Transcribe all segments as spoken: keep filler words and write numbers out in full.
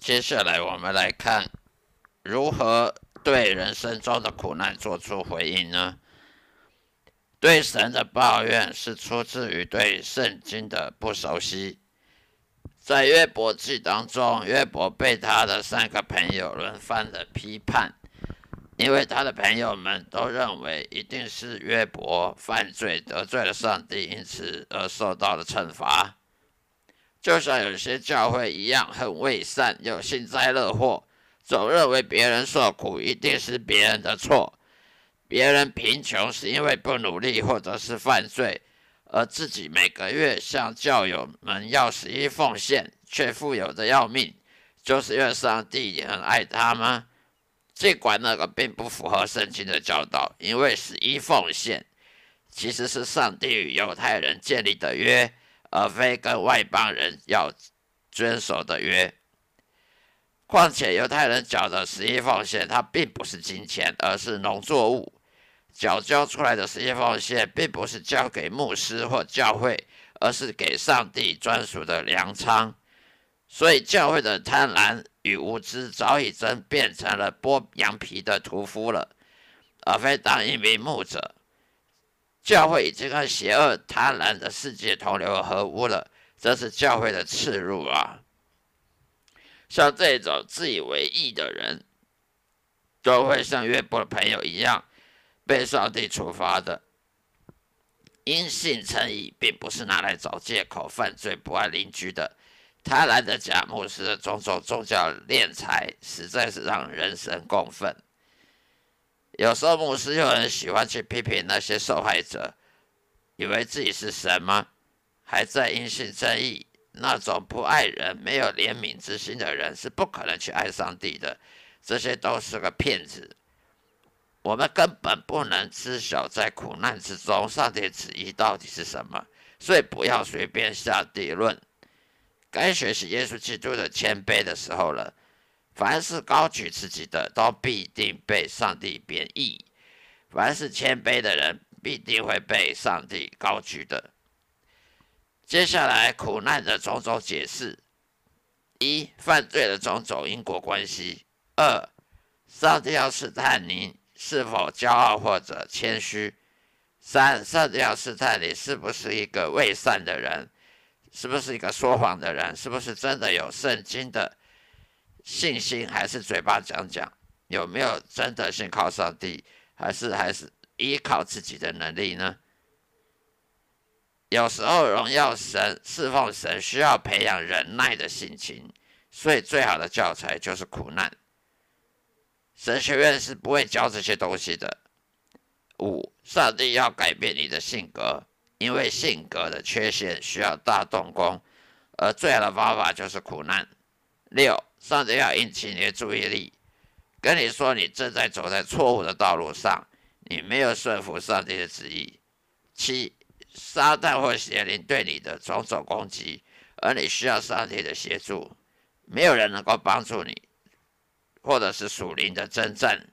接下来我们来看如何对人生中的苦难做出回应呢？对神的抱怨是出自于对圣经的不熟悉。在约伯记当中，约伯被他的三个朋友轮番的批判，因为他的朋友们都认为一定是约伯犯罪得罪了上帝，因此而受到了惩罚。就像有些教会一样，很伪善又幸灾乐祸，总认为别人受苦一定是别人的错，别人贫穷是因为不努力或者是犯罪，而自己每个月向教友们要十一奉献，却富有的要命，就是因为上帝也很爱他吗？尽管那个并不符合圣经的教导，因为十一奉献其实是上帝与犹太人建立的约，而非跟外邦人要遵守的约。况且犹太人缴的十一奉献，它并不是金钱，而是农作物。缴交出来的十一奉献，并不是交给牧师或教会，而是给上帝专属的粮仓。所以教会的贪婪与无知，早已真变成了剥羊皮的屠夫了，而非当一名牧者。教会已经跟邪恶贪婪的世界同流合污了，这是教会的耻辱啊！像这种自以为义的人，都会像约伯的朋友一样被上帝处罚的。因信称义并不是拿来找借口犯罪不爱邻居的。贪婪的假牧师的种种宗教敛财，实在是让人神共愤。有时候牧师又很喜欢去批评那些受害者，以为自己是神吗？还在因信称义，那种不爱人、没有怜悯之心的人是不可能去爱上帝的。这些都是个骗子。我们根本不能知晓在苦难之中上帝的旨意到底是什么，所以不要随便下定论。该学习耶稣基督的谦卑的时候了。凡是高举自己的，都必定被上帝贬义；凡是谦卑的人，必定会被上帝高举的。接下来，苦难的种种解释：一、犯罪的种种因果关系；二、上帝要试探你是否骄傲或者谦虚；三、上帝要试探你是不是一个伪善的人，是不是一个说谎的人，是不是真的有圣经的信心，还是嘴巴讲讲，有没有真的信靠上帝，还是还是依靠自己的能力呢？有时候荣耀神、侍奉神需要培养忍耐的性情，所以最好的教材就是苦难。神学院是不会教这些东西的。五、上帝要改变你的性格，因为性格的缺陷需要大动工，而最好的方法就是苦难。六、上帝要引起你的注意力，跟你说你正在走在错误的道路上，你没有顺服上帝的旨意。七、撒旦或邪灵对你的种种攻击，而你需要上帝的协助，没有人能够帮助你，或者是属灵的征战。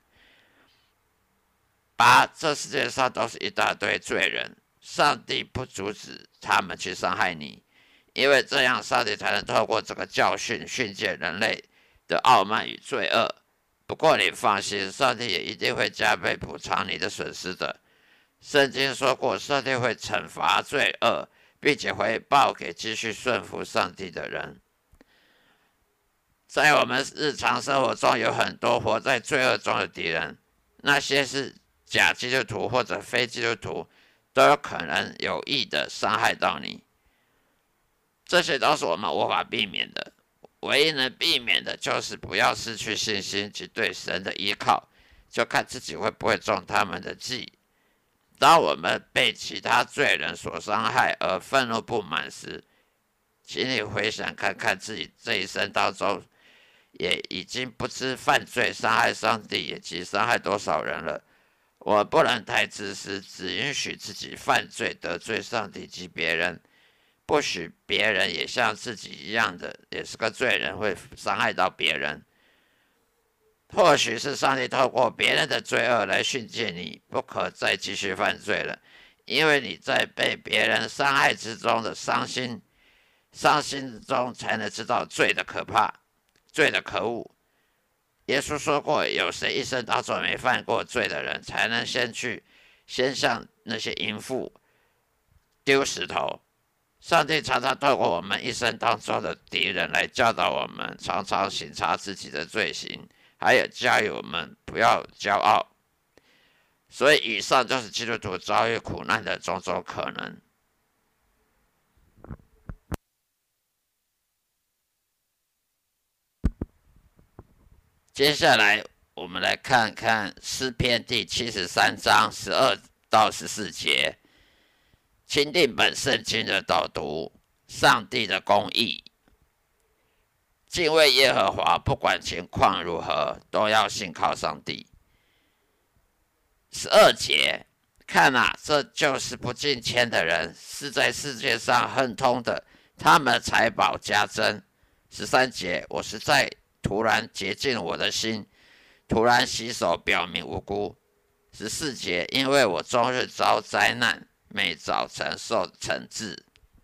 八、这世界上都是一大堆罪人，上帝不阻止他们去伤害你，因为这样上帝才能透过这个教训训诫人类的傲慢与罪恶。不过你放心，上帝也一定会加倍补偿你的损失的。圣经说过，上帝会惩罚罪恶，并且会报给继续顺服上帝的人。在我们日常生活中，有很多活在罪恶中的敌人，那些是假基督徒或者非基督徒，都有可能有意的伤害到你。这些都是我们无法避免的，唯一能避免的就是不要失去信心及对神的依靠，就看自己会不会中他们的计。当我们被其他罪人所伤害而愤怒不满时，请你回想看看自己这一生当中，也已经不知犯罪伤害上帝以及伤害多少人了。我们不能太自私，只允许自己犯罪得罪上帝及别人，不许别人也像自己一样的也是个罪人，会伤害到别人。或许是上帝透过别人的罪恶来训诫你，不可再继续犯罪了，因为你在被别人伤害之中的伤心，伤心中才能知道罪的可怕。 罪的可恶。耶稣说过，有谁一生当中没犯过罪的人，才能先去先向那些淫妇丢石头。上帝常常透过我们一生当中的敌人来教导我们，常常省察自己的罪行，还有教育我们不要骄傲。所以以上就是基督徒遭遇苦难的种种可能。接下来我们来看看诗篇第七十三章十二到十四节，钦定本圣经的导读，上帝的公义。敬畏耶和华，不管情况如何，都要信靠上帝。十二节，看啊，这就是不敬虔的人，是在世界上亨通的，他们财宝加增。十三节，我实在突然洁净我的心，突然洗手，表明无辜。十四节，因为我终日遭灾难，每早晨受惩治。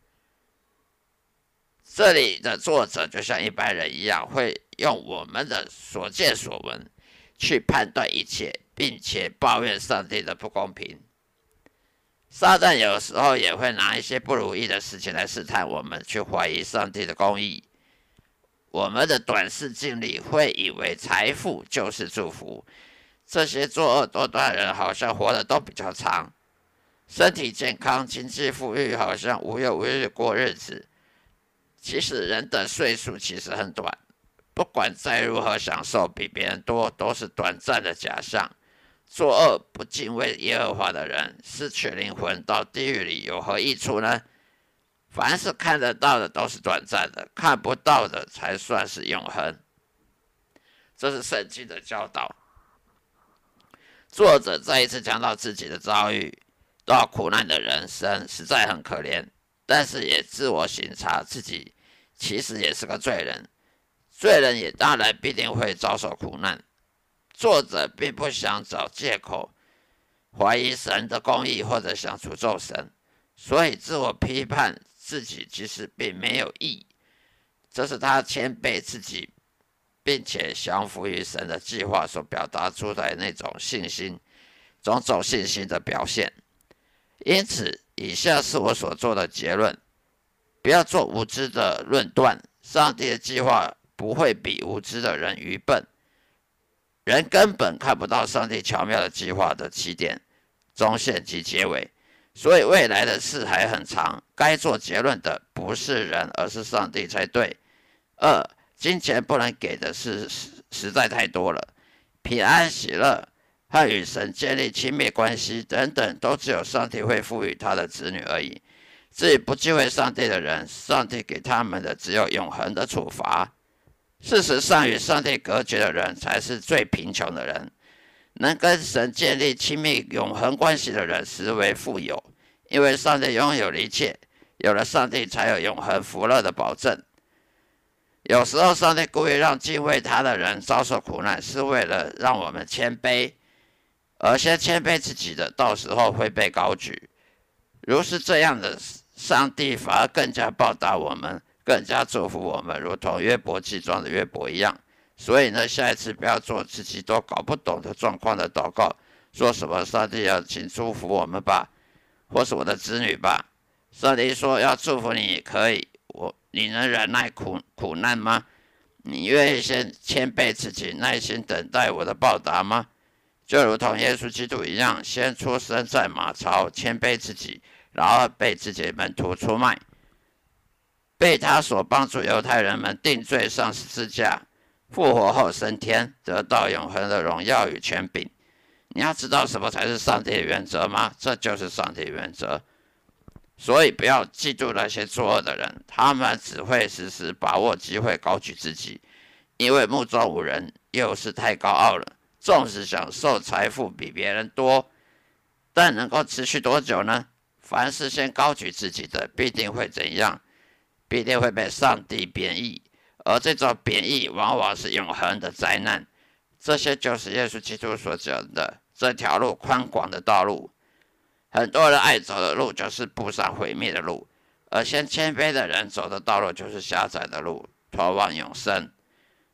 这里的作者就像一般人一样，会用我们的所见所闻去判断一切，并且抱怨上帝的不公平。撒旦有时候也会拿一些不如意的事情来试探我们，去怀疑上帝的公义。我们的短视近利会以为财富就是祝福，这些作恶多端的人好像活得都比较长，身体健康、经济富裕，好像无忧无虑过日子。其实人的岁数其实很短，不管再如何享受比别人多，都是短暂的假象。作恶不敬畏耶和华的人，失去灵魂到地狱里有何益处呢？凡是看得到的都是短暂的，看不到的才算是永恒。这是圣经的教导。作者再一次讲到自己的遭遇，到苦难的人生实在很可怜，但是也自我省察自己其实也是个罪人，罪人也当然必定会遭受苦难。作者并不想找借口怀疑神的公义，或者想诅咒神，所以自我批判自己其实并没有益，这是他谦卑自己并且降服于神的计划所表达出来的那种信心，种种信心的表现。因此以下是我所做的结论，不要做无知的论断，上帝的计划不会比无知的人愚笨，人根本看不到上帝巧妙的计划的起点、中线及结尾，所以未来的事还很长，该做结论的不是人，而是上帝才对。二、金钱不能给的事实在太多了，平安喜乐和与神建立亲密关系等等，都只有上帝会赋予他的子女而已。至于不敬畏上帝的人，上帝给他们的只有永恒的处罚。事实上，与上帝隔绝的人才是最贫穷的人，能跟神建立亲密永恒关系的人实为富有，因为上帝拥有一切，有了上帝才有永恒福乐的保证。有时候上帝故意让敬畏他的人遭受苦难，是为了让我们谦卑，而先谦卑自己的，到时候会被高举。如是这样的，上帝反而更加报答我们，更加祝福我们，如同约伯记中的约伯一样。所以呢，下一次不要做自己都搞不懂的状况的祷告，说什么上帝要请祝福我们吧，或是我的子女吧。上帝说要祝福你也可以，我你能忍耐苦苦难吗？你愿意先谦卑自己，耐心等待我的报答吗？就如同耶稣基督一样，先出生在马槽，谦卑自己，然后被自己的门徒出卖，被他所帮助犹太人们定罪上十字架，复活后升天，得到永恒的荣耀与权柄。你要知道什么才是上帝的原则吗？这就是上帝的原则。所以不要嫉妒那些作恶的人，他们只会时时把握机会高举自己，因为目中无人，又是太高傲了。纵使享受财富比别人多，但能够持续多久呢？凡是先高举自己的，必定会怎样？必定会被上帝贬义，而这种贬义往往是永恒的灾难。这些就是耶稣基督所讲的这条路宽广的道路。很多人爱走的路就是步上毁灭的路，而先谦卑的人走的道路就是狭窄的路，通往永生。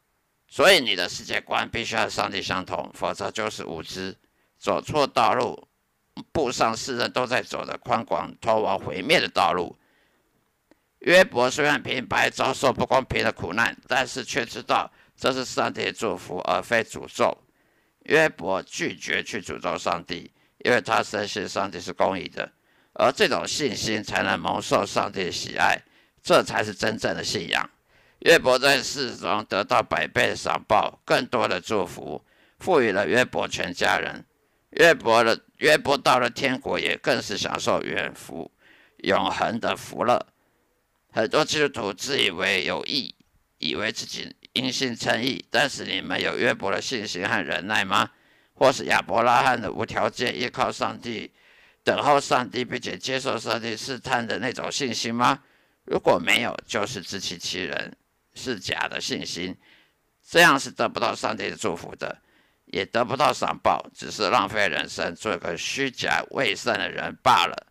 所以你的世界观必须和上帝相同，否则就是无知，走错道路，步上世人都在走的宽广通往毁灭的道路。约伯虽然明白遭受不公平的苦难，但是却知道这是上帝的祝福，而非诅咒。约伯拒绝去诅咒上帝，因为他深信上帝是公义的，而这种信心才能蒙受上帝的喜爱，这才是真正的信仰。约伯在世中得到百倍的赏报，更多的祝福，赋予了约伯全家人。约伯的约伯到了天国，也更是享受远福永恒的福乐。很多基督徒自以为有义，以为自己因信称义，但是你们有约伯的信心和忍耐吗？或是亚伯拉罕的无条件依靠上帝，等候上帝，并且接受上帝试探的那种信心吗？如果没有，就是自欺欺人，是假的信心，这样是得不到上帝的祝福的，也得不到赏报，只是浪费人生，做一个虚假伪善的人罢了。